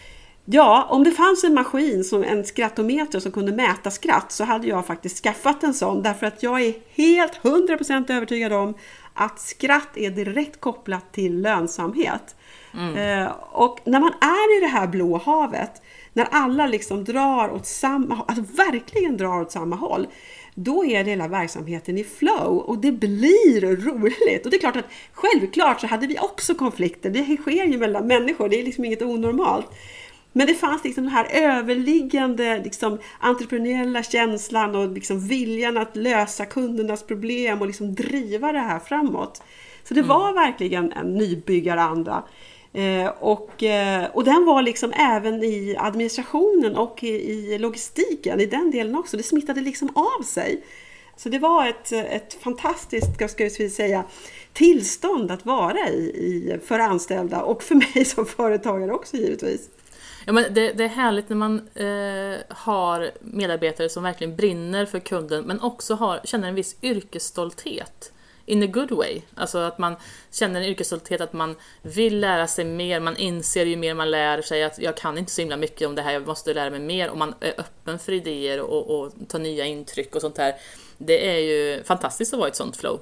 ja, om det fanns en maskin, som en skrattometer som kunde mäta skratt, så hade jag faktiskt skaffat en sån. Därför att jag är helt hundra procent övertygad om att skratt är direkt kopplat till lönsamhet. Mm. Eh, och när man är i det här blå havet, när alla liksom drar åt samma, alltså verkligen drar åt samma håll, då är det hela verksamheten i flow och det blir roligt. Och det är klart att självklart så hade vi också konflikter. Det sker ju mellan människor, det är liksom inget onormalt. Men det fanns liksom den här överliggande liksom, entreprenöriella känslan och liksom viljan att lösa kundernas problem och liksom driva det här framåt. Så det var mm. verkligen en nybyggaranda. Eh, och, eh, och den var liksom även i administrationen och i, i logistiken, i den delen också. Det smittade liksom av sig. Så det var ett, ett fantastiskt, ska vi säga, tillstånd att vara i, i för anställda och för mig som företagare också givetvis. Ja, men det, det är härligt när man eh, har medarbetare som verkligen brinner för kunden, men också har, känner en viss yrkesstolthet. In a good way. Alltså att man känner en yrkesstolthet, att man vill lära sig mer. Man inser ju mer man lär sig att jag kan inte så himla mycket om det här, jag måste lära mig mer. Och man är öppen för idéer och, och tar nya intryck och sånt här. Det är ju fantastiskt att vara i ett sånt flow.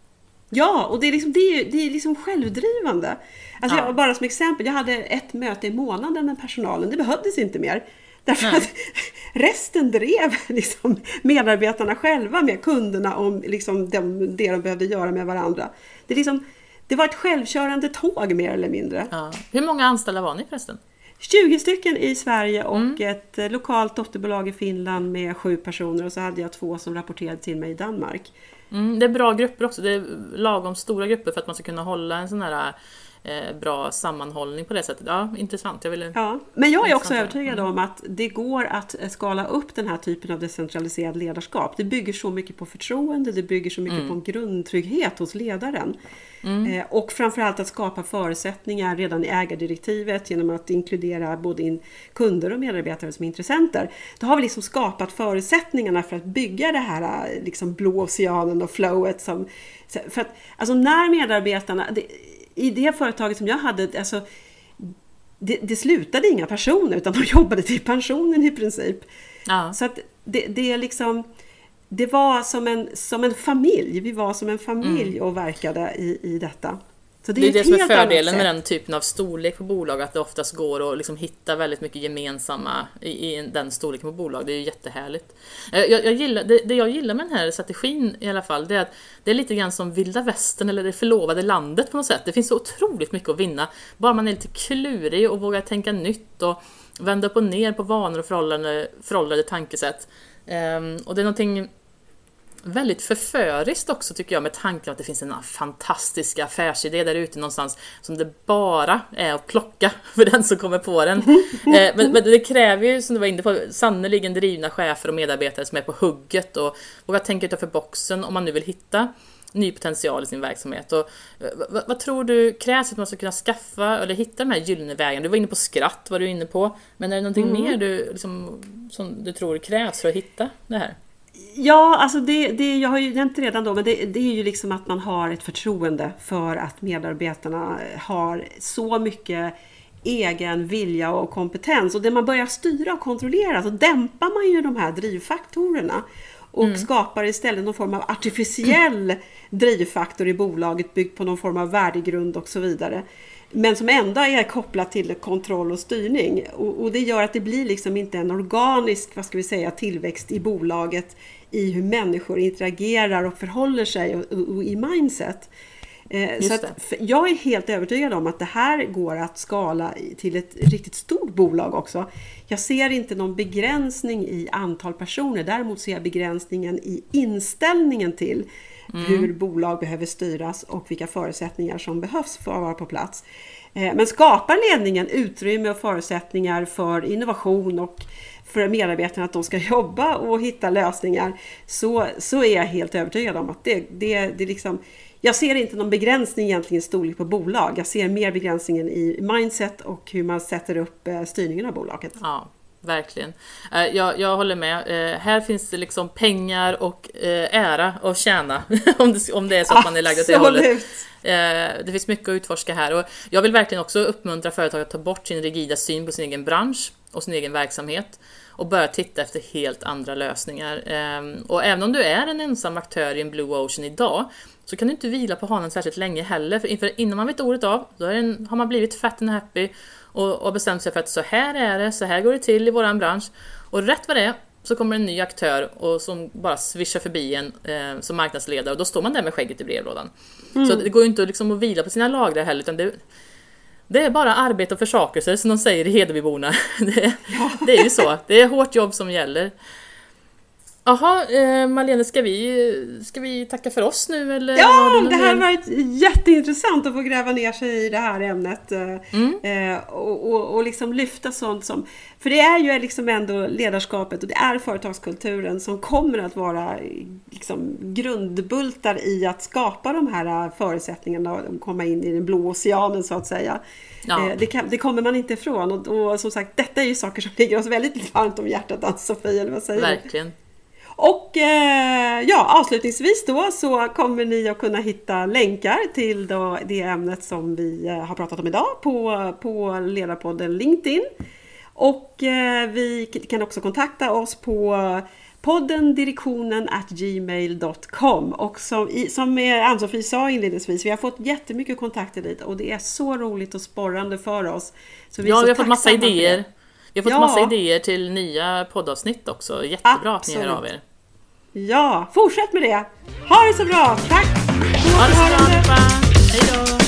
Ja, och det är liksom, det är, det är liksom självdrivande. Alltså ja. jag, bara som exempel, jag hade ett möte i månaden med personalen. Det behövdes inte mer. Därför Nej. att resten drev liksom medarbetarna själva med kunderna om liksom de, det de behövde göra med varandra. Det, liksom, det var ett självkörande tåg mer eller mindre. Ja. Hur många anställda var ni förresten? tjugo stycken i Sverige och mm. ett lokalt dotterbolag i Finland med sju personer. Och så hade jag två som rapporterade till mig i Danmark. Mm, det är bra grupper också. Det är lagom stora grupper för att man ska kunna hålla en sån här eh, bra sammanhållning på det sättet. Ja, intressant. Jag ville... ja, men jag är också övertygad om att det går att skala upp den här typen av decentraliserad ledarskap. Det bygger så mycket på förtroende, det bygger så mycket mm. på en grundtrygghet hos ledaren. Mm. Eh, och framförallt att skapa förutsättningar redan i ägardirektivet genom att inkludera både in kunder och medarbetare som intressenter. Då har vi liksom skapat förutsättningarna för att bygga det här liksom blå oceanen och flowet. Som, för att, alltså när medarbetarna... Det, i det företaget som jag hade, alltså, det, det slutade inga personer utan de jobbade till pensionen i princip. Ja. Så att det, det är liksom, det var som en, som en familj. Vi var som en familj mm. och verkade i, i detta. Så det, det är det som är fördelen med den typen av storlek på bolag, att det oftast går att liksom hitta väldigt mycket gemensamma i, i den storleken på bolag. Det är ju jättehärligt. Jag, jag gillar, det, det jag gillar med den här strategin i alla fall, det är att det är lite grann som vilda västern eller det förlovade landet på något sätt. Det finns så otroligt mycket att vinna. Bara man är lite klurig och vågar tänka nytt och vända upp och ner på vanor och föråldrade, föråldrade tankesätt. Um, och det är någonting väldigt förföriskt också tycker jag, med tanken att det finns en fantastisk affärsidé där ute någonstans som det bara är att plocka för den som kommer på den. eh, men, men det kräver ju, som du var inne på, sannoliken drivna chefer och medarbetare som är på hugget och vågar tänka utanför boxen om man nu vill hitta ny potential i sin verksamhet. Och, vad, vad tror du krävs att man ska kunna skaffa eller hitta de här gyllene vägarna? Du var inne på skratt, var du inne på, men är det någonting mm. mer du, liksom, som du tror krävs för att hitta det här? Ja, alltså det, det, jag har ju nämnt redan då, men det, det är ju liksom att man har ett förtroende för att medarbetarna har så mycket egen vilja och kompetens. Och det man börjar styra och kontrollera, så dämpar man ju de här drivfaktorerna och mm. skapar istället någon form av artificiell drivfaktor i bolaget byggd på någon form av värdegrund och så vidare. Men som ändå är kopplat till kontroll och styrning. Och, och det gör att det blir liksom inte en organisk, vad ska vi säga, tillväxt i bolaget i hur människor interagerar och förhåller sig och, och, och i mindset. Eh, så att, jag är helt övertygad om att det här går att skala till ett riktigt stort bolag också. Jag ser inte någon begränsning i antal personer. Däremot ser jag begränsningen i inställningen till Mm. hur bolag behöver styras och vilka förutsättningar som behövs för att vara på plats. Men skapar ledningen utrymme och förutsättningar för innovation och för medarbetarna att de ska jobba och hitta lösningar, så, så är jag helt övertygad om att det, det, det liksom, jag ser inte någon begränsning egentligen i storlek på bolag. Jag ser mer begränsningen i mindset och hur man sätter upp styrningen av bolaget. Ja. verkligen. Jag, jag håller med. Här finns det liksom pengar och ära att tjäna om det, om det är så att man är lagd åt det hållet. Det finns mycket att utforska här och jag vill verkligen också uppmuntra företag att ta bort sin rigida syn på sin egen bransch och sin egen verksamhet och börja titta efter helt andra lösningar. Och även om du är en ensam aktör i en Blue Ocean idag så kan du inte vila på hanen särskilt länge heller. För inför, innan man vet ordet av, då är en, har man blivit fat and happy och, och bestämt sig för att så här är det, så här går det till i våran bransch. Och rätt vad det är så kommer en ny aktör och som bara svischar förbi en eh, som marknadsledare och då står man där med skägget i brevlådan. Mm. Så det går ju inte liksom att vila på sina lagrar heller utan det, det är bara arbete och försakelse som de säger i Hedebyborna. Det, ja. det är ju så, det är hårt jobb som gäller. Jaha, eh, Marlene, ska vi, ska vi tacka för oss nu? Eller ja, det här har varit jätteintressant att få gräva ner sig i det här ämnet. Mm. Eh, och, och, och liksom lyfta sånt som... För det är ju liksom ändå ledarskapet och det är företagskulturen som kommer att vara liksom grundbultar i att skapa de här förutsättningarna och komma in i den blå oceanen så att säga. Ja. Eh, det, kan, det kommer man inte ifrån. Och, och som sagt, detta är ju saker som ligger oss väldigt varmt om hjärtat, Ann-Sofie, eller vad säger du? Verkligen. Och eh, ja, avslutningsvis då så kommer ni att kunna hitta länkar till då det ämnet som vi har pratat om idag på, på ledarpodden LinkedIn. Och eh, vi kan också kontakta oss på podden direktionen at gmail dot com. Och som, som Ann-Sofie sa inledningsvis, vi har fått jättemycket kontakter dit och det är så roligt och sporrande för oss. Så vi ja, är så vi har fått massa idéer. Vi har fått ja. massa idéer till nya poddavsnitt också. Jättebra att ni hör av er. Ja, fortsätt med det. Ha det så bra. Tack. Ha det så bra. Hej då.